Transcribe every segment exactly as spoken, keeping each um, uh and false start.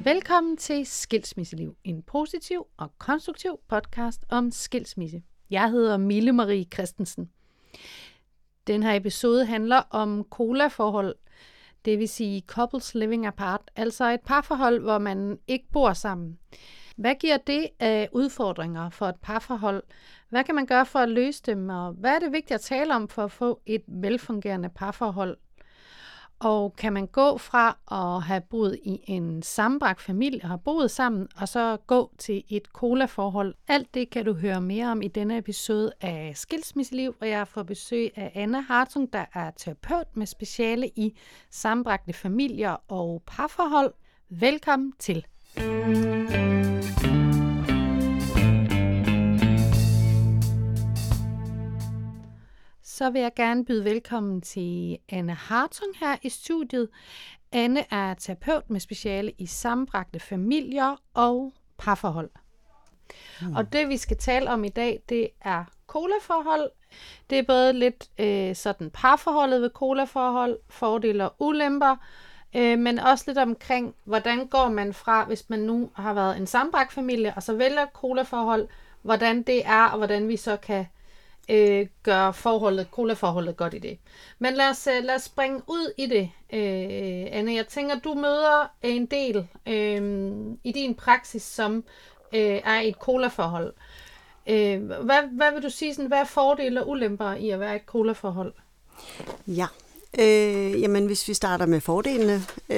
Velkommen til Skilsmisseliv, en positiv og konstruktiv podcast om skilsmisse. Jeg hedder Mille Marie Christensen. Den her episode handler om colaforhold, det vil sige couples living apart, altså et parforhold, hvor man ikke bor sammen. Hvad giver det af udfordringer for et parforhold? Hvad kan man gøre for at løse dem, og hvad er det vigtigt at tale om for at få et velfungerende parforhold? Og kan man gå fra at have boet i en sammenbragt familie og have boet sammen, og så gå til et colaforhold? Alt det kan du høre mere om i denne episode af Skilsmisseliv, og jeg får besøg af Anne Hartung, der er terapeut med speciale i sammenbragte familier og parforhold. Velkommen til. Så vil jeg gerne byde velkommen til Anne Hartung her i studiet. Anne er terapeut med speciale i sammenbragte familier og parforhold. Mm. Og det vi skal tale om i dag, det er colaforhold. Det er både lidt øh, sådan parforholdet ved colaforhold, fordele og ulemper, øh, men også lidt omkring, hvordan går man fra, hvis man nu har været en sammenbragt familie, og så vælger colaforhold, hvordan det er, og hvordan vi så kan Øh, gør forholdet, colaforholdet godt i det. Men lad os, lad os springe ud i det, øh, Anne. Jeg tænker, du møder en del øh, i din praksis, som øh, er i et colaforhold. Øh, hvad, hvad vil du sige, sådan, hvad er fordele og ulemper i at være i et colaforhold? Ja, øh, jamen hvis vi starter med fordelene.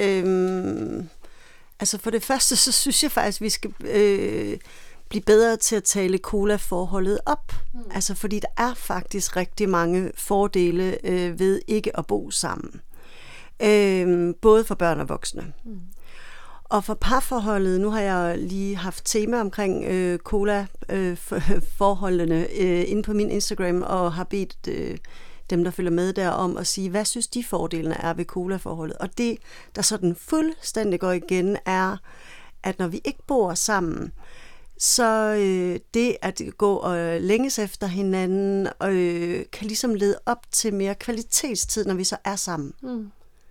Øh, altså for det første, så synes jeg faktisk, vi skal Øh, blive bedre til at tale colaforholdet op. Mm. Altså fordi der er faktisk rigtig mange fordele øh, ved ikke at bo sammen. Øh, både for børn og voksne. Mm. Og for parforholdet, nu har jeg lige haft tema omkring øh, cola-forholdene øh, inde på min Instagram, og har bedt øh, dem, der følger med der, om at sige, hvad synes de fordelene er ved colaforholdet. Og det, der sådan fuldstændig går igen, er, at når vi ikke bor sammen, så øh, det at gå og længes efter hinanden øh, kan ligesom lede op til mere kvalitetstid, når vi så er sammen. Mm.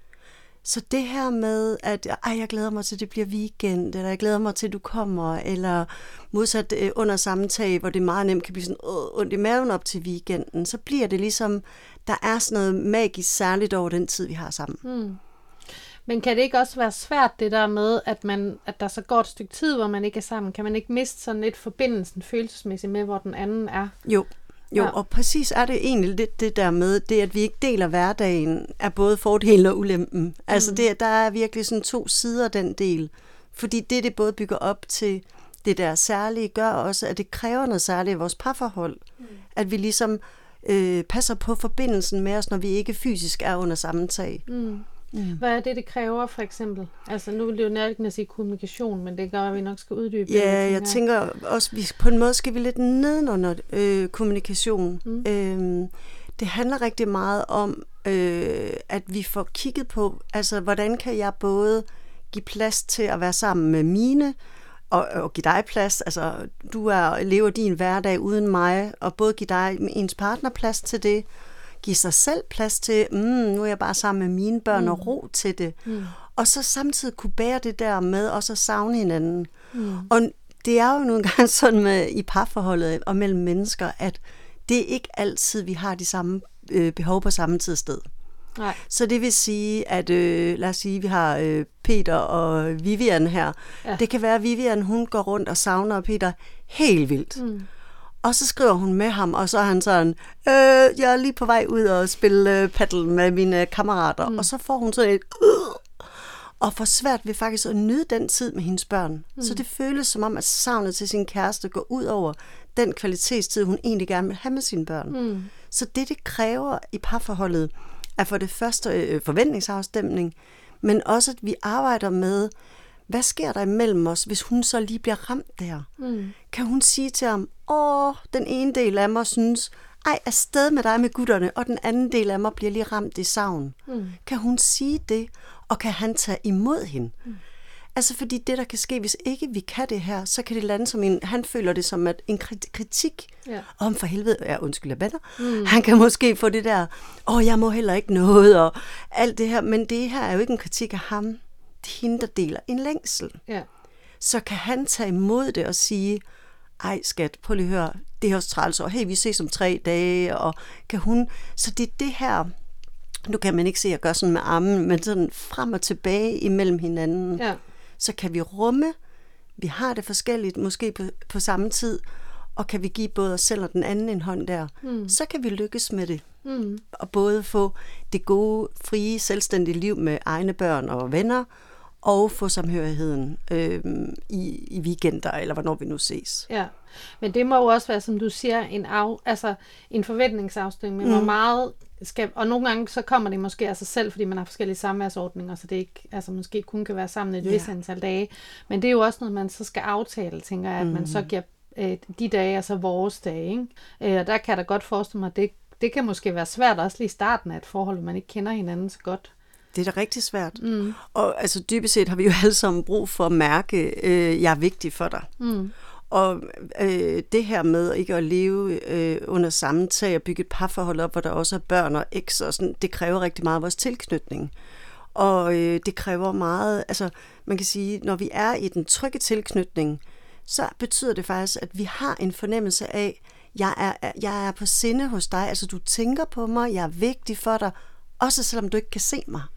Så det her med, at ej, jeg glæder mig til, at det bliver weekend, eller jeg glæder mig til, at du kommer, eller modsat øh, under samme tag, hvor det meget nemt kan blive sådan øh, ondt i maven op til weekenden, så bliver det ligesom, der er sådan noget magisk særligt over den tid, vi har sammen. Mm. Men kan det ikke også være svært, det der med, at, man, at der så går et stykke tid, hvor man ikke er sammen? Kan man ikke miste sådan lidt forbindelsen følelsesmæssigt med, hvor den anden er? Jo, jo ja. Og præcis er det egentlig lidt det der med, det at vi ikke deler hverdagen, er både fordelen og ulempen. Altså mm. det, der er virkelig sådan to sider den del. Fordi det, det både bygger op til det der særlige, gør også, at det kræver noget særligt i vores parforhold. Mm. At vi ligesom øh, passer på forbindelsen med os, når vi ikke fysisk er under samme tag. Mm. Mm. Hvad er det, det kræver, for eksempel? Altså, nu vil det jo nærmest sige kommunikation, men det gør, at vi nok skal uddybe. Ja, jeg, jeg tænker også, vi, på en måde skal vi lidt nedenunder øh, kommunikation. Mm. Øh, det handler rigtig meget om, øh, at vi får kigget på, altså, hvordan kan jeg både give plads til at være sammen med mine, og, og give dig plads. Altså, du er, lever din hverdag uden mig, og både give dig ens partner plads til det, give sig selv plads til, mm, nu er jeg bare sammen med mine børn mm. og ro til det. Mm. Og så samtidig kunne bære det der med også at savne hinanden. Mm. Og det er jo nogle gange sådan med, i parforholdet og mellem mennesker, at det er ikke altid, vi har de samme øh, behov på samme tid og sted. Nej. Så det vil sige, at øh, lad os sige, vi har øh, Peter og Vivian her. Ja. Det kan være, at Vivian hun går rundt og savner Peter helt vildt. Mm. Og så skriver hun med ham, og så er han sådan, øh, jeg er lige på vej ud og spille øh, paddle med mine kammerater. Mm. Og så får hun sådan et, øh, og får svært ved faktisk at nyde den tid med hendes børn. Mm. Så det føles som om, at savnet til sin kæreste går ud over den kvalitetstid, hun egentlig gerne vil have med sine børn. Mm. Så det, det kræver i parforholdet, er for det første øh, forventningsafstemning, men også, at vi arbejder med, hvad sker der imellem os, hvis hun så lige bliver ramt der? Mm. Kan hun sige til ham, åh, den ene del af mig synes, ej, afsted med dig med gutterne, og den anden del af mig bliver lige ramt i savn. Mm. Kan hun sige det, og kan han tage imod hende? Mm. Altså fordi det, der kan ske, hvis ikke vi kan det her, så kan det lande som en, han føler det som at en kritik. Ja. Om for helvede, ja, undskyld, jeg bander. Mm. Han kan måske få det der, åh, jeg må heller ikke noget, og alt det her. Men det her er jo ikke en kritik af ham. hende, der deler en længsel. Ja. Så kan han tage imod det og sige, ej skat, prøv lige at høre, det er også træls, og hey, vi ses om tre dage, og kan hun, så det er det her, nu kan man ikke se, at jeg gør sådan med armen, men sådan frem og tilbage imellem hinanden, Ja. så kan vi rumme, vi har det forskelligt, måske på, på samme tid, og kan vi give både os selv og den anden en hånd der, mm. så kan vi lykkes med det. Mm. Og både få det gode, frie, selvstændige liv med egne børn og venner, og få samhørigheden øh, i, i weekender, eller hvornår vi nu ses. Ja, men det må jo også være, som du siger, en, af, altså, en forventningsafstemning med, mm. hvor meget skal, og nogle gange så kommer det måske af sig selv, fordi man har forskellige samværsordninger, så det ikke, altså måske kun kan være sammen et yeah. vis antal dage, men det er jo også noget, man så skal aftale, tænker jeg, at mm. man så giver øh, de dage, altså vores dage, ikke? Øh, og der kan jeg da godt forestille mig, at det, det kan måske være svært også lige i starten af et forhold, man ikke kender hinanden så godt. Det er da rigtig svært. Mm. Og altså dybest set har vi jo alle sammen brug for at mærke, øh, jeg er vigtig for dig. Mm. Og øh, det her med ikke at leve øh, under samme tag og bygge et parforhold op, hvor der også er børn og eks og sådan, det kræver rigtig meget af vores tilknytning. Og øh, det kræver meget, altså man kan sige, når vi er i den trygge tilknytning, så betyder det faktisk, at vi har en fornemmelse af, jeg er, jeg er på sinde hos dig, altså du tænker på mig, jeg er vigtig for dig, også selvom du ikke kan se mig.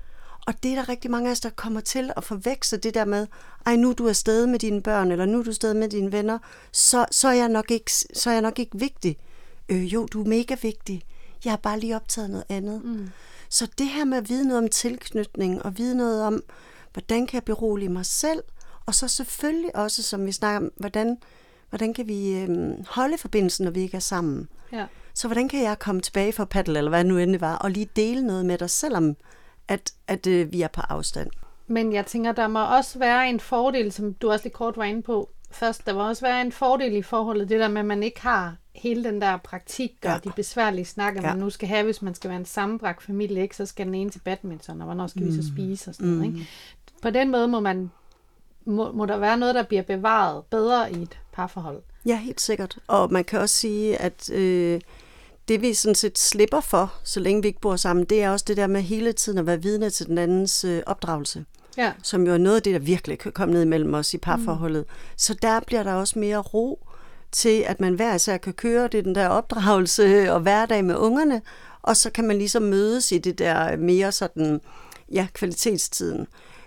Og det er der rigtig mange af os, der kommer til at forveksle det der med, ej, nu er du afsted med dine børn, eller nu er du afsted med dine venner, så, så, er, jeg nok ikke, så er jeg nok ikke vigtig. Øh, jo, du er mega vigtig. Jeg har bare lige optaget noget andet. Mm. Så det her med at vide noget om tilknytning, og vide noget om, hvordan kan jeg berolige mig selv, og så selvfølgelig også, som vi snakker om, hvordan, hvordan kan vi øh, holde forbindelsen, når vi ikke er sammen. Ja. Så hvordan kan jeg komme tilbage fra paddle, eller hvad nu end det var, og lige dele noget med dig, selvom at, at øh, vi er på afstand. Men jeg tænker, der må også være en fordel, som du også lidt kort var inde på først, der må også være en fordel i forholdet, det der med, at man ikke har hele den der praktik og ja. de besværlige snakker, ja. man nu skal have, hvis man skal være en sammenbragt familie, ikke? Så skal den ene til badminton, og hvornår skal mm. vi så spise og sådan noget. Ikke? På den måde må, man, må, må der være noget, der bliver bevaret bedre i et parforhold. Ja, helt sikkert. Og man kan også sige, at øh, det vi sådan set slipper for, så længe vi ikke bor sammen, det er også det der med hele tiden at være vidne til den andens øh, opdragelse. Ja. Som jo er noget af det, der virkelig kan komme ned imellem os i parforholdet. Mm. Så der bliver der også mere ro til, at man hver især kan køre det, den der opdragelse og hverdag med ungerne, og så kan man ligesom mødes i det der mere sådan, ja, kvalitetstiden.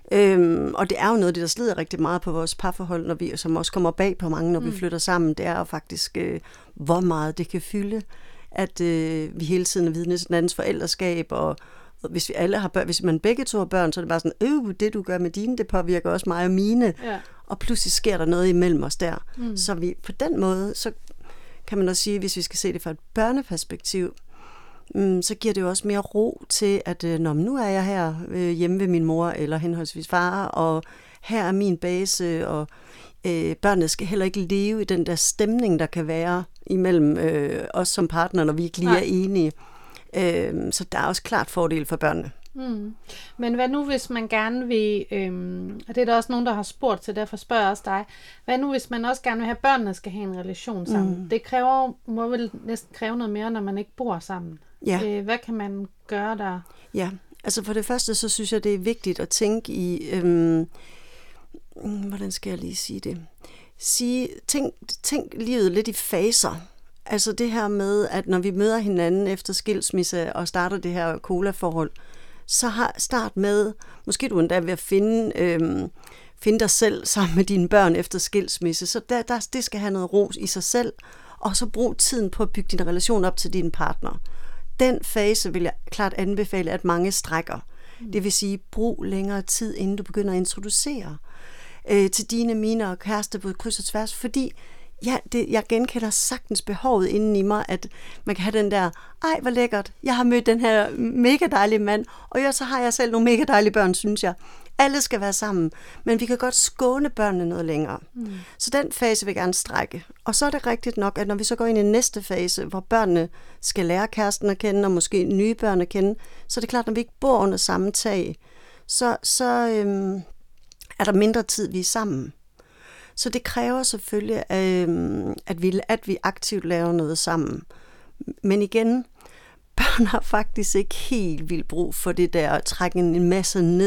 Øhm, og det er jo noget af det, der slider rigtig meget på vores parforhold, når vi, som også kommer bag på mange, når mm. vi flytter sammen, det er jo faktisk, øh, hvor meget det kan fylde, at øh, vi hele tiden er vidne til den andens forældreskab, og hvis vi alle har børn, hvis man begge to har børn, så er det bare sådan, øh, det du gør med dine, det påvirker også mig og mine. Ja. Og pludselig sker der noget imellem os der. Mm. Så vi, på den måde, så kan man også sige, hvis vi skal se det fra et børneperspektiv, mm, så giver det jo også mere ro til, at øh, når nu er jeg her øh, hjemme ved min mor, eller henholdsvis far, og her er min base, og øh, børnene skal heller ikke leve i den der stemning, der kan være imellem øh, os som partner, når vi ikke lige Nej. er enige. Så der er også klart fordel for børnene. Mm. Men hvad nu, hvis man gerne vil, øhm, og det er der også nogen, der har spurgt til, derfor spørger jeg også dig, hvad nu, hvis man også gerne vil have, at børnene skal have en relation sammen? Mm. Det kræver, må vel næsten kræve noget mere, når man ikke bor sammen. Ja. Øh, hvad kan man gøre der? Ja, altså for det første, så synes jeg, det er vigtigt at tænke i, øhm, hvordan skal jeg lige sige det? Sige, tænk, tænk livet lidt i faser. Altså det her med, at når vi møder hinanden efter skilsmisse og starter det her cola-forhold, så har start med, måske du endda ved at finde, øhm, finde dig selv sammen med dine børn efter skilsmisse, så der, der, det skal have noget ro i sig selv, og så brug tiden på at bygge din relation op til din partner. Den fase vil jeg klart anbefale, at mange strækker. Mm. Det vil sige, brug længere tid, inden du begynder at introducere øh, til dine, mine og kærester på kryds og tværs, fordi ja, det, jeg genkender sagtens behovet inden i mig, at man kan have den der, ej, hvor lækkert, jeg har mødt den her mega dejlige mand, og ja, så har jeg selv nogle mega dejlige børn, synes jeg. Alle skal være sammen, men vi kan godt skåne børnene noget længere. Mm. Så den fase vil jeg gerne strække. Og så er det rigtigt nok, at når vi så går ind i næste fase, hvor børnene skal lære kæresten at kende, og måske nye børn at kende, så er det klart, at når vi ikke bor under samme tag, så, så øhm, er der mindre tid, vi er sammen. Så det kræver selvfølgelig, øh, at, vi, at vi aktivt laver noget sammen. Men igen, børn har faktisk ikke helt vildt brug for det der at trække en masse ned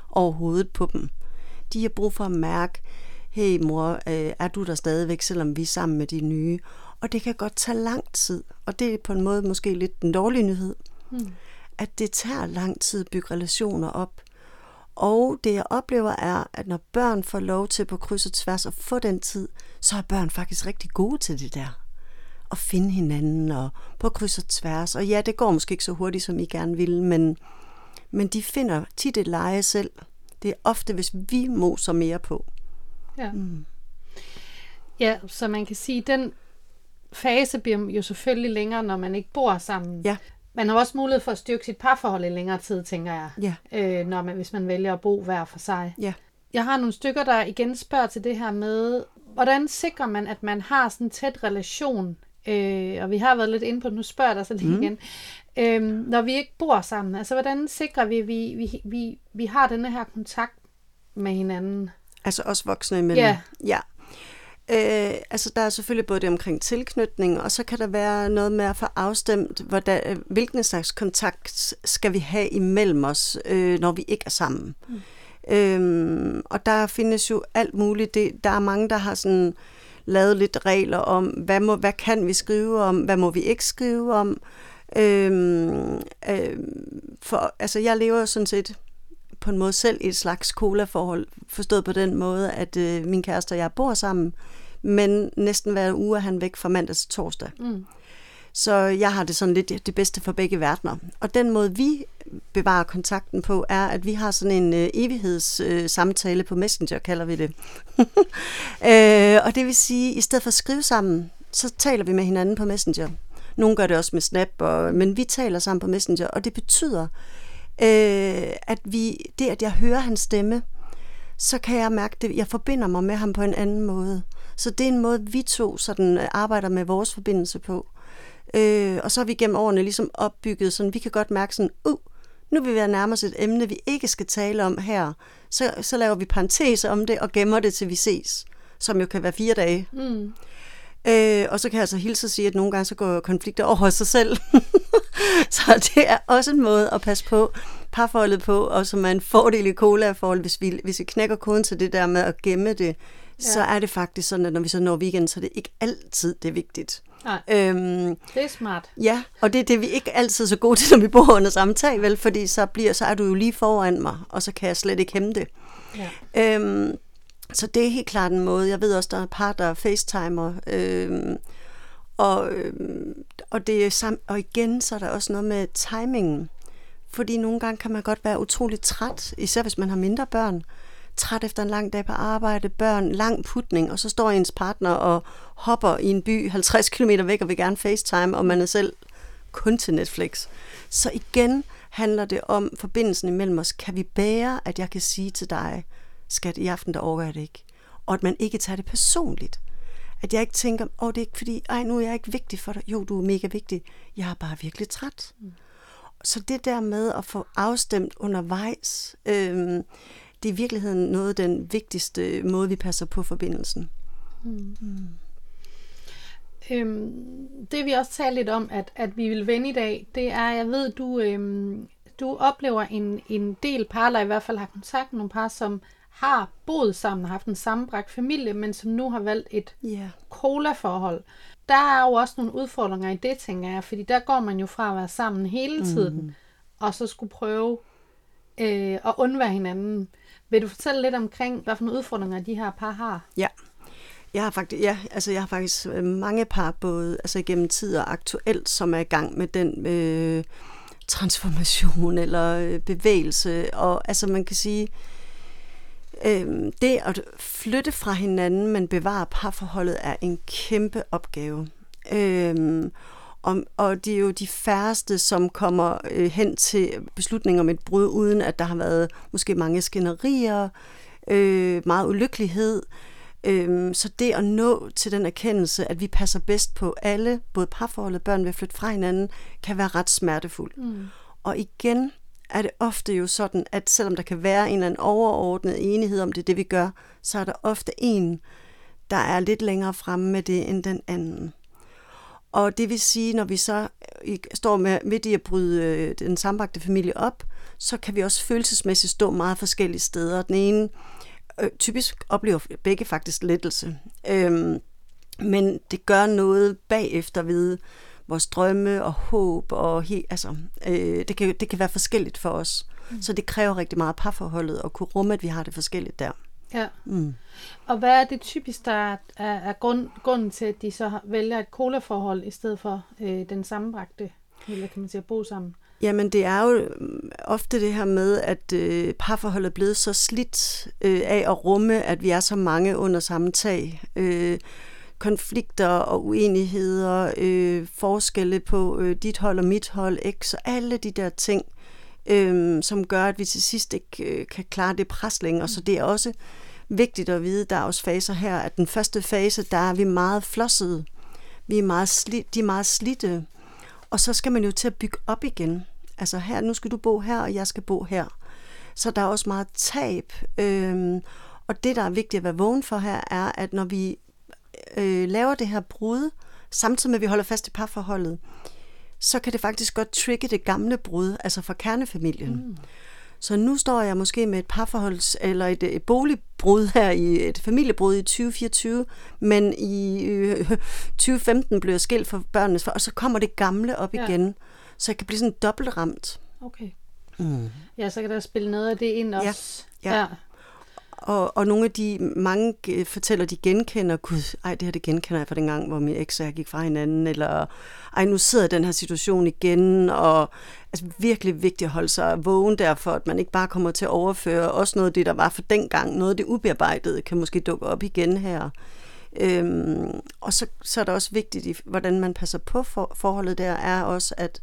over hovedet på dem. De har brug for at mærke, hey mor, øh, er du der stadigvæk, selvom vi er sammen med de nye? Og det kan godt tage lang tid, og det er på en måde måske lidt den dårlige nyhed, hmm. at det tager lang tid at bygge relationer op. Og det jeg oplever er, at når børn får lov til på kryds og tværs at få den tid, så er børn faktisk rigtig gode til det der. At finde hinanden og på kryds og tværs. Og ja, det går måske ikke så hurtigt, som I gerne vil, men, men de finder tit et leje selv. Det er ofte, hvis vi moser mere på. Ja. Mm. Ja, så man kan sige, at den fase bliver jo selvfølgelig længere, når man ikke bor sammen. Ja. Man har også mulighed for at styrke sit parforhold i længere tid, tænker jeg, ja. øh, når man, hvis man vælger at bo hver for sig. Ja. Jeg har nogle stykker, der igen spørger til det her med, hvordan sikrer man, at man har sådan en tæt relation, øh, og vi har været lidt inde på det, nu spørger jeg dig så lige mm. igen, øh, når vi ikke bor sammen, altså hvordan sikrer vi, at vi, vi, vi, vi har denne her kontakt med hinanden? Altså også voksne imellem? Ja. Ja. Øh, altså der er selvfølgelig både det omkring tilknytning, og så kan der være noget med at få afstemt, hvordan, hvilken slags kontakt skal vi have imellem os, øh, når vi ikke er sammen. Mm. Øhm, og der findes jo alt muligt. Det, der er mange, der har sådan lavet lidt regler om, hvad, må, hvad kan vi skrive om, hvad må vi ikke skrive om. Øhm, øh, for, altså jeg lever sådan set på en måde selv i et slags cola-forhold, forstået på den måde, at øh, min kæreste og jeg bor sammen, men næsten hver uge er han væk fra mandag til torsdag. Mm. Så jeg har det sådan lidt det bedste for begge verdener. Og den måde, vi bevarer kontakten på, er, at vi har sådan en øh, evighedssamtale øh, på Messenger, kalder vi det. øh, og det vil sige, at i stedet for at skrive sammen, så taler vi med hinanden på Messenger. Nogle gør det også med Snap, og, men vi taler sammen på Messenger, og det betyder, øh, at vi, det at jeg hører hans stemme, så kan jeg mærke det, jeg forbinder mig med ham på en anden måde. Så det er en måde, vi to sådan arbejder med vores forbindelse på. Øh, og så har vi gennem årene ligesom opbygget sådan, vi kan godt mærke sådan, uh, nu vil vi nærme os et emne, vi ikke skal tale om her. Så, så laver vi parenteser om det og gemmer det, til vi ses, som jo kan være fire dage. Mm. Øh, og så kan jeg altså hilse at sige, at nogle gange så går konflikter over sig selv. Så det er også en måde at passe på parforholdet på, og som er en fordel i cola-forhold, hvis vi, hvis vi knækker koden til det der med at gemme det, ja. Så er det faktisk sådan, at når vi så når weekend, så er det ikke altid det er vigtigt. Nej, øhm, det er smart. Ja, og det er det, vi ikke altid er så gode til, når vi bor under samme tag, vel? Fordi så, bliver, så er du jo lige foran mig, og så kan jeg slet ikke hæmme det. Ja. Øhm, så det er helt klart en måde. Jeg ved også, der er et par, der er facetimer, øhm, og, øhm, og, det er sam- og igen, så er der også noget med timingen. Fordi nogle gange kan man godt være utroligt træt, især hvis man har mindre børn. Træt efter en lang dag på arbejde, børn, lang putning, og så står ens partner og hopper i en by halvtreds kilometer væk og vil gerne FaceTime, og man er selv kun til Netflix. Så igen handler det om forbindelsen imellem os. Kan vi bære, at jeg kan sige til dig, skat, i aften der overgår jeg det ikke? Og at man ikke tager det personligt. At jeg ikke tænker, åh, det er ikke fordi, ej, nu er jeg ikke vigtig for dig. Jo, du er mega vigtig. Jeg er bare virkelig træt. Mm. Så det der med at få afstemt undervejs, øhm, det er i virkeligheden noget af den vigtigste måde, vi passer på forbindelsen. Mm. Mm. Øhm, det vi også taler lidt om, at, at vi vil vende i dag, det er, jeg ved, du, øhm, du oplever en, en del par, eller i hvert fald har kontakt med nogle par, som har boet sammen og haft en sammenbragt familie, men som nu har valgt et yeah. cola-forhold. Der er jo også nogle udfordringer i det, tænker jeg, fordi der går man jo fra at være sammen hele tiden, mm. og så skulle prøve øh, at undvære hinanden. Vil du fortælle lidt omkring, hvad for nogle udfordringer de her par har? Ja, jeg har faktisk, ja, altså jeg har faktisk mange par, både altså igennem tid og aktuelt, som er i gang med den øh, transformation eller øh, bevægelse. Og altså man kan sige, øh, det at flytte fra hinanden, men bevare parforholdet, er en kæmpe opgave. Øh, Og, og det er jo de færreste, som kommer øh, hen til beslutninger om et brud, uden at der har været måske mange skænderier, øh, meget ulykkelighed. Øh, så det at nå til den erkendelse, at vi passer bedst på alle, både parforholdet og børn ved at flytte fra hinanden, kan være ret smertefuldt. Mm. Og igen er det ofte jo sådan, at selvom der kan være en eller anden overordnet enighed om det, det vi gør, så er der ofte en, der er lidt længere fremme med det end den anden. Og det vil sige, når vi så står med, midt i at bryde øh, den sammenbragte familie op, så kan vi også følelsesmæssigt stå meget forskellige steder. Den ene øh, typisk oplever begge faktisk lettelse. Øhm, men det gør noget bagefter ved vores drømme og håb. Og he, altså, øh, det, kan, det kan være forskelligt for os. Mm. Så det kræver rigtig meget parforholdet at kunne rumme, at vi har det forskelligt der. Ja. Mm. Og hvad er det typisk, der er, er grund, grunden til, at de så vælger et colaforhold i stedet for øh, den sammenbragte, eller kan man sige, at bo sammen? Jamen, det er jo ofte det her med, at øh, parforholdet er blevet så slidt øh, af at rumme, at vi er så mange under samme tag. Øh, konflikter og uenigheder, øh, forskelle på øh, dit hold og mit hold, X, og alle de der ting, øh, som gør, at vi til sidst ikke øh, kan klare det pres længere. Så det er også vigtigt at vide, der er også faser her, at den første fase, der er vi meget flossede. Vi er meget sli- de er meget slidte. Og så skal man jo til at bygge op igen. Altså her, nu skal du bo her, og jeg skal bo her. Så der er også meget tab. Øhm, og det, der er vigtigt at være vågen for her, er, at når vi øh, laver det her brud, samtidig med, at vi holder fast i parforholdet, så kan det faktisk godt trigge det gamle brud, altså fra kernefamilien. Mm. Så nu står jeg måske med et parforholds- eller et, et boligbrud her, i et familiebrud i tyve fireogtyve, men i øh, tyve femten blev jeg skilt for børnenes far, og så kommer det gamle op ja. igen. Så jeg kan blive sådan dobbelt ramt. Okay. Mm. Ja, så kan der spille noget af det ind også. Ja, ja. ja. Og, og nogle af de, mange fortæller, de genkender, gud, ej, det her det genkender jeg fra den gang, hvor min eks og jeg gik fra hinanden, eller ej, nu sidder den her situation igen, og altså virkelig vigtigt at holde sig vågen derfor, at man ikke bare kommer til at overføre også noget af det, der var for dengang, noget af det ubearbejdede, kan måske dukke op igen her. Øhm, og så, så er det også vigtigt, hvordan man passer på for, forholdet der, er også, at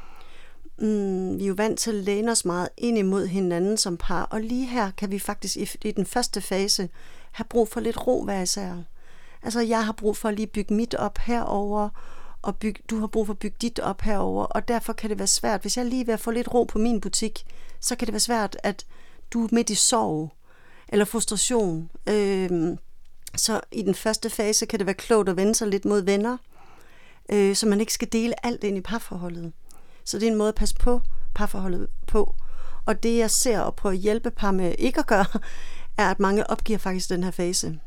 Mm, vi er jo vant til at læne os meget ind imod hinanden som par, og lige her kan vi faktisk i, i den første fase have brug for lidt ro hver især. Altså jeg har brug for at lige bygge mit op herover, og bygge, du har brug for at bygge dit op herover, og derfor kan det være svært, hvis jeg lige er ved at få lidt ro på min butik, så kan det være svært, at du er midt i sorg eller frustration. Øhm, så i den første fase kan det være klogt at vende sig lidt mod venner, øh, så man ikke skal dele alt ind i parforholdet. Så det er en måde at passe på parforholdet på. Og det, jeg ser og prøver at hjælpe par med ikke at gøre, er, at mange opgiver faktisk den her fase.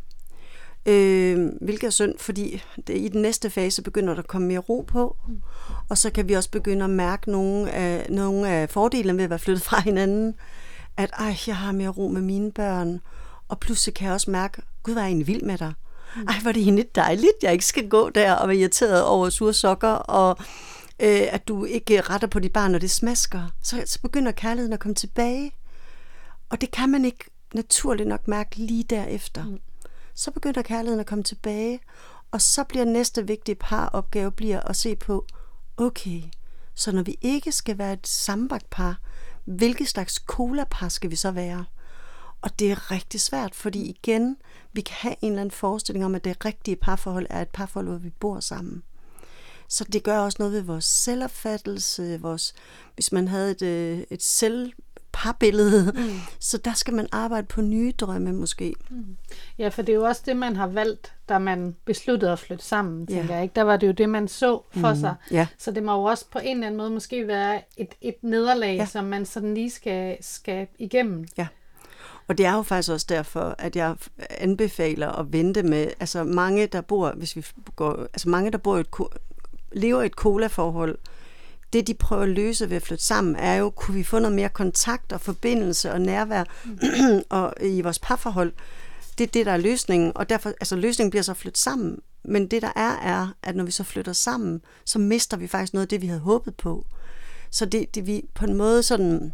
Øh, hvilket er synd, fordi det, i den næste fase begynder der at komme mere ro på. Mm. Og så kan vi også begynde at mærke nogle af, nogle af fordelene ved at være flyttet fra hinanden. At ej, jeg har mere ro med mine børn. Og pludselig kan jeg også mærke, gud, hvor er jeg egentlig vild med dig. Mm. Ej, hvor er det egentlig dejligt, jeg ikke skal gå der og være irriteret over sure sokker og at du ikke retter på dit barn, når det smasker, så, så begynder kærligheden at komme tilbage. Og det kan man ikke naturligt nok mærke lige derefter. Mm. Så begynder kærligheden at komme tilbage, og så bliver næste vigtige paropgave bliver at se på, okay, så når vi ikke skal være et sammenbragt par, hvilket slags cola-par skal vi så være? Og det er rigtig svært, fordi igen, vi kan have en eller anden forestilling om, at det rigtige parforhold er et parforhold, hvor vi bor sammen. Så det gør også noget ved vores selvopfattelse, vores, hvis man havde et, et selvparbillede, mm. så der skal man arbejde på nye drømme måske. Mm. Ja, for det er jo også det, man har valgt, da man besluttede at flytte sammen, tænker ja. jeg, ikke? Der var det jo det, man så for mm. sig. Ja. Så det må jo også på en eller anden måde måske være et, et nederlag, ja. som man sådan lige skal, skal igennem. Ja. Og det er jo faktisk også derfor, at jeg anbefaler at vente med, altså mange, der bor, hvis vi går, altså mange, der bor i et lever i et cola-forhold, det de prøver at løse ved at flytte sammen, er jo, kunne vi få noget mere kontakt og forbindelse og nærvær mm. og i vores parforhold. Det er det, der er løsningen, og derfor, altså løsningen bliver så at flytte sammen. Men det, der er, er, at når vi så flytter sammen, så mister vi faktisk noget af det, vi havde håbet på. Så det, det vi på en måde sådan,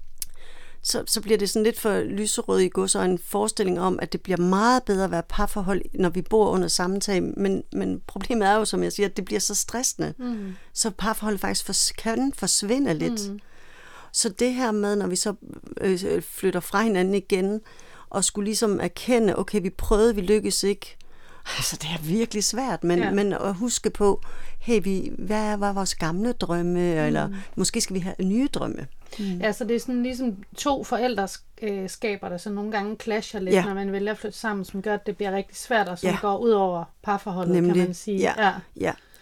så, så bliver det sådan lidt for lyserød i gods og en forestilling om, at det bliver meget bedre at være parforhold, når vi bor under samme tag. Men, men problemet er jo, som jeg siger, at det bliver så stressende. Mm. Så parforhold faktisk for, kan forsvinde lidt. Mm. Så det her med, når vi så øh, flytter fra hinanden igen, og skulle ligesom erkende, okay, vi prøvede, vi lykkedes ikke. Altså, det er virkelig svært, men, ja. men at huske på, hey, vi, hvad var vores gamle drømme, mm. eller måske skal vi have nye drømme. Mm. Ja, så det er sådan ligesom to forældreskaber, der så nogle gange clasher lidt, ja. Når man vælger at flytte sammen, som gør, at det bliver rigtig svært, og som ja. går ud over parforholdet, Nemlig. Kan man sige. Ja. Ja. Ja.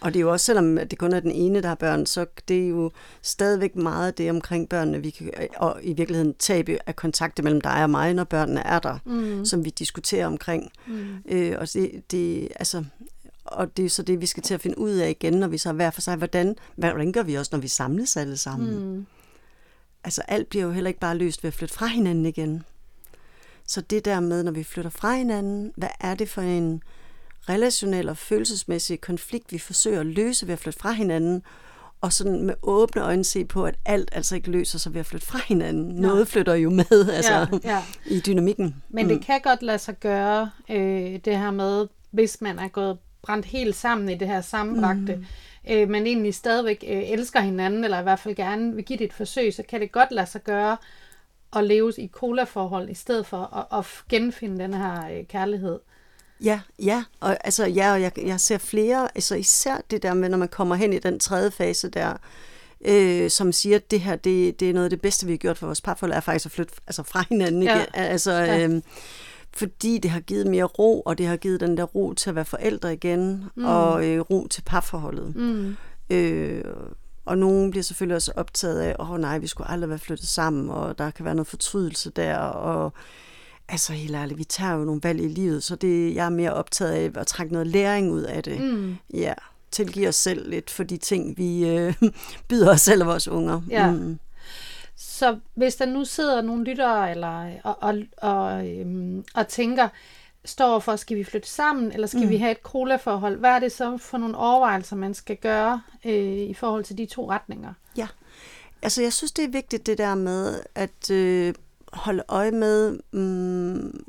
Og det er jo også, selvom det kun er den ene, der har børn, så det er jo stadigvæk meget det omkring børnene, vi kan, og i virkeligheden tabe af kontakter mellem dig og mig, når børnene er der, mm. som vi diskuterer omkring. Mm. Øh, og det, det, altså, og det er så det, vi skal til at finde ud af igen, når vi så er hver for sig. Hvordan, hvordan gør vi også, når vi samles alle sammen? Mm. Altså alt bliver jo heller ikke bare løst ved at flytte fra hinanden igen. Så det der med, når vi flytter fra hinanden, hvad er det for en relationel og følelsesmæssig konflikt, vi forsøger at løse ved at flytte fra hinanden, og sådan med åbne øjne se på, at alt altså ikke løser sig ved at flytte fra hinanden. Ja. Noget flytter jo med altså, ja, ja. i dynamikken. Men det mm. kan godt lade sig gøre, øh, det her med, hvis man er gået brændt helt sammen i det her sammenbragte, mm. øh, men egentlig stadigvæk øh, elsker hinanden, eller i hvert fald gerne vil give det et forsøg, så kan det godt lade sig gøre at leve i cola-forhold, i stedet for at, at genfinde den her øh, kærlighed. Ja, ja, og altså ja, og jeg, jeg ser flere, altså især det der med, når man kommer hen i den tredje fase der, øh, som siger, at det her, det, det er noget af det bedste, vi har gjort for vores parforhold, er faktisk at flytte altså fra hinanden igen. Ja. Altså, ja. øh, fordi det har givet mere ro, og det har givet den der ro til at være forældre igen, mm. og øh, ro til parforholdet. Mm. Øh, og nogen bliver selvfølgelig også optaget af, åh oh, nej, vi skulle aldrig være flyttet sammen, og der kan være noget fortrydelse der, og altså helt ærligt, vi tager jo nogle valg i livet, så det, jeg er mere optaget af at trække noget læring ud af det. Mm. Ja, tilgive os selv lidt for de ting, vi øh, byder os selv og vores unger. Ja. Mm. Så hvis der nu sidder nogle lyttere eller, og, og, og, øhm, og tænker, står for, skal vi flytte sammen, eller skal mm. vi have et cola-forhold? Hvad er det så for nogle overvejelser, man skal gøre øh, i forhold til de to retninger? Ja, altså jeg synes, det er vigtigt det der med, at øh, holde øje med, um,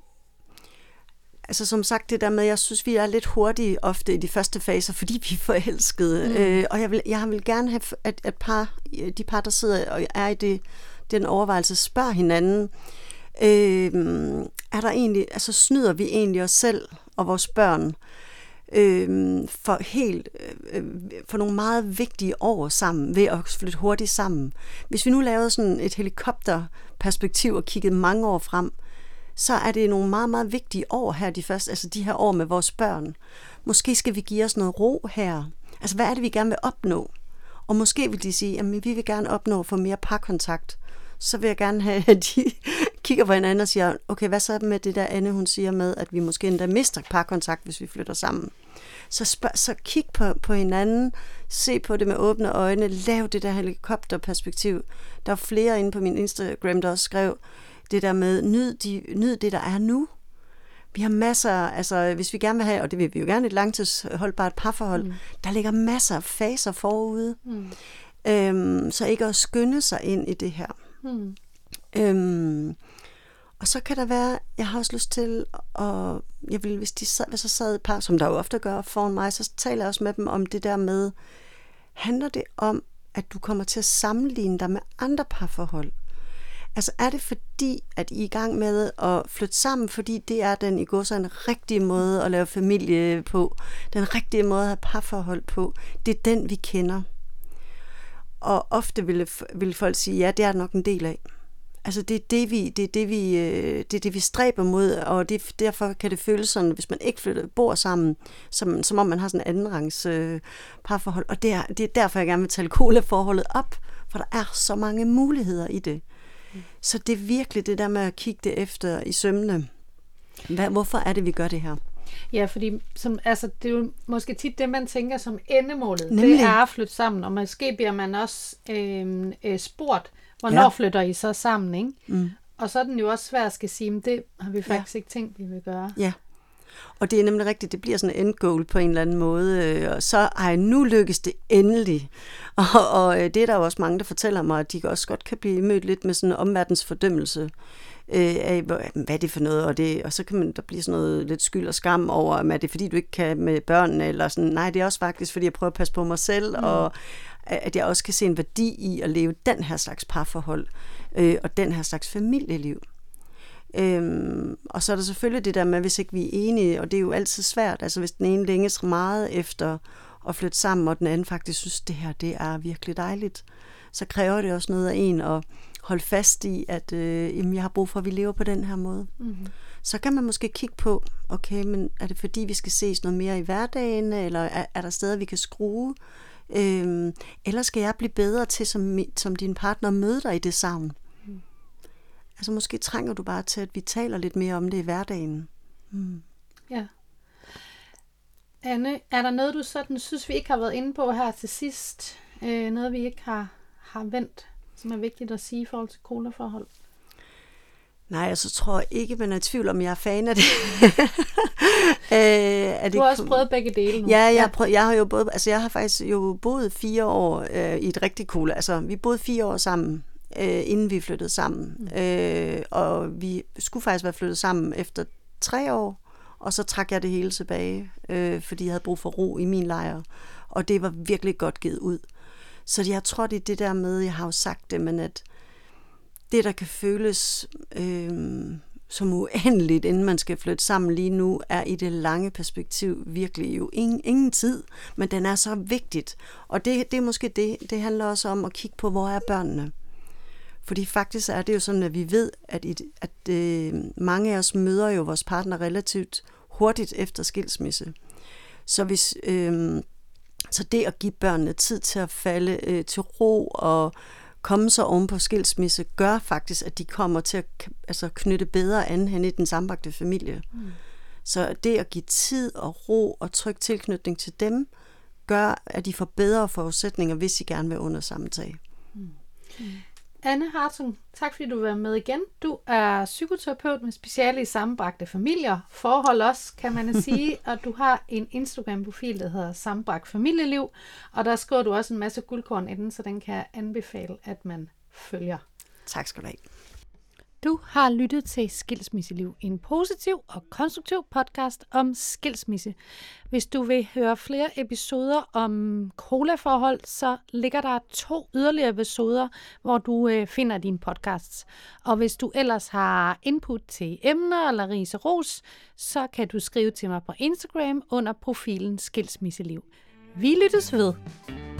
altså som sagt det der med, jeg synes, vi er lidt hurtige ofte i de første faser, fordi vi er forelskede. Mm. Øh, og jeg vil, jeg vil gerne have, at, at par, de par, der sidder og er i det, den overvejelse, spørger hinanden, øh, er der egentlig, altså snyder vi egentlig os selv og vores børn øh, for helt, øh, for nogle meget vigtige år sammen, ved at flytte hurtigt sammen. Hvis vi nu lavede sådan et helikopterperspektiv og kiggede mange år frem, så er det nogle meget, meget vigtige år her, de første, altså de her år med vores børn. Måske skal vi give os noget ro her. Altså, hvad er det, vi gerne vil opnå? Og måske vil de sige, at vi vil gerne opnå at få mere parkontakt. Så vil jeg gerne have, at de kigger på hinanden og siger, okay, hvad så med det der Anne, hun siger med, at vi måske endda mister parkontakt, hvis vi flytter sammen. Så, spørg, så kig på, på hinanden, se på det med åbne øjne, lav det der helikopterperspektiv. Der er flere inde på min Instagram, der også skrev det der med, nyd, de, nyd det, der er nu. Vi har masser, altså hvis vi gerne vil have, og det vil vi jo gerne, et langtidsholdbart parforhold, mm. der ligger masser af faser forude. Mm. Øhm, så ikke at skynde sig ind i det her. Mm. Øhm, og så kan der være, jeg har også lyst til, og jeg vil, hvis de sad, hvis der sad et par, som der jo ofte gør foran mig, så taler jeg også med dem om det der med, handler det om, at du kommer til at sammenligne dig med andre parforhold? Altså er det fordi, at I er i gang med at flytte sammen, fordi det er den i går så en rigtig måde at lave familie på, den rigtige måde at have parforhold på, det er den vi kender. Og ofte vil, vil folk sige, ja, det er nok en del af. Altså det er det, vi, det er det, vi, det er det, vi stræber mod, og det, derfor kan det føles sådan, hvis man ikke flytter, bor sammen, som, som om man har sådan en andenrangs øh, parforhold. Og det er, det er derfor, jeg gerne vil tale cola-forholdet op, for der er så mange muligheder i det. Mm. Så det er virkelig det der med at kigge det efter i sømmene. Hvad, hvorfor er det, vi gør det her? Ja, fordi som, altså, det er jo måske tit det, man tænker som endemålet. Nemlig. Det er at flytte sammen, og måske bliver man også øh, øh, spurgt, hvornår ja. flytter I så sammen, ikke? Mm. Og så er den jo også svært at skal sige, men det har vi faktisk ja. ikke tænkt, vi vil gøre. Ja, og det er nemlig rigtigt, det bliver sådan en end goal på en eller anden måde, og så ej, nu lykkes det endelig. Og, og det er der jo også mange, der fortæller mig, at de også godt kan blive mødt lidt med sådan en omverdensfordømmelse af, hvad er det for noget, og, det, og så kan man, der blive sådan noget lidt skyld og skam over, at er det fordi, du ikke kan med børnene, eller sådan, nej, det er også faktisk, fordi jeg prøver at passe på mig selv, mm. og at jeg også kan se en værdi i at leve den her slags parforhold, øh, og den her slags familieliv. Øhm, og så er der selvfølgelig det der med, hvis ikke vi er enige, og det er jo altid svært, altså hvis den ene længes meget efter at flytte sammen, og den anden faktisk synes, det her, det er virkelig dejligt, så kræver det også noget af en at, holde fast i, at øh, jamen, jeg har brug for, at vi lever på den her måde. Mm-hmm. Så kan man måske kigge på, okay, men er det fordi, vi skal ses noget mere i hverdagen, eller er, er der steder, vi kan skrue? Øhm, eller skal jeg blive bedre til, som, som din partner, møde dig i det savn? Mm. Altså måske trænger du bare til, at vi taler lidt mere om det i hverdagen. Mm. Ja. Anne, er der noget, du sådan synes, vi ikke har været inde på her til sidst? Øh, noget, vi ikke har, har vendt, som er vigtigt at sige i forhold til colaforhold? Nej, altså tror jeg ikke, man er i tvivl om, jeg er fan af det. øh, er det du har også prøvet begge dele nu. Ja, jeg, ja. Prøv, jeg har jo både, altså jeg har faktisk jo boet fire år øh, i et rigtigt cola. Altså vi boede fire år sammen, øh, inden vi flyttede sammen. Mm. Øh, og vi skulle faktisk være flyttet sammen efter tre år, og så trak jeg det hele tilbage, øh, fordi jeg havde brug for ro i min lejr. Og det var virkelig godt givet ud. Så jeg tror, det er det der med, jeg har jo sagt det, men at det, der kan føles øh, som uendeligt, inden man skal flytte sammen lige nu, er i det lange perspektiv virkelig jo ingen, ingen tid, men den er så vigtigt. Og det, det er måske det, det handler også om at kigge på, hvor er børnene. Fordi faktisk er det jo sådan, at vi ved, at, et, at øh, mange af os møder jo vores partner relativt hurtigt efter skilsmisse. Så hvis øh, så det at give børnene tid til at falde øh, til ro og komme så oven på skilsmisse, gør faktisk, at de kommer til at altså, knytte bedre an hen i den sammenbragte familie. Mm. Så det at give tid og ro og tryg tilknytning til dem, gør, at de får bedre forudsætninger, hvis de gerne vil under samme tag. Mm. Mm. Anne Hartung, tak fordi du var med igen. Du er psykoterapeut med speciale i sammenbragte familier, forhold også, kan man sige, og du har en Instagram-profil, der hedder Sammenbragt Familieliv, og der skriver du også en masse guldkorn i den, så den kan jeg anbefale, at man følger. Tak skal du have. Du har lyttet til Skilsmisseliv, en positiv og konstruktiv podcast om skilsmisse. Hvis du vil høre flere episoder om colaforhold, så ligger der to yderligere episoder, hvor du øh, finder dine podcasts. Og hvis du ellers har input til emner eller ris og ros, så kan du skrive til mig på Instagram under profilen Skilsmisseliv. Vi lyttes ved.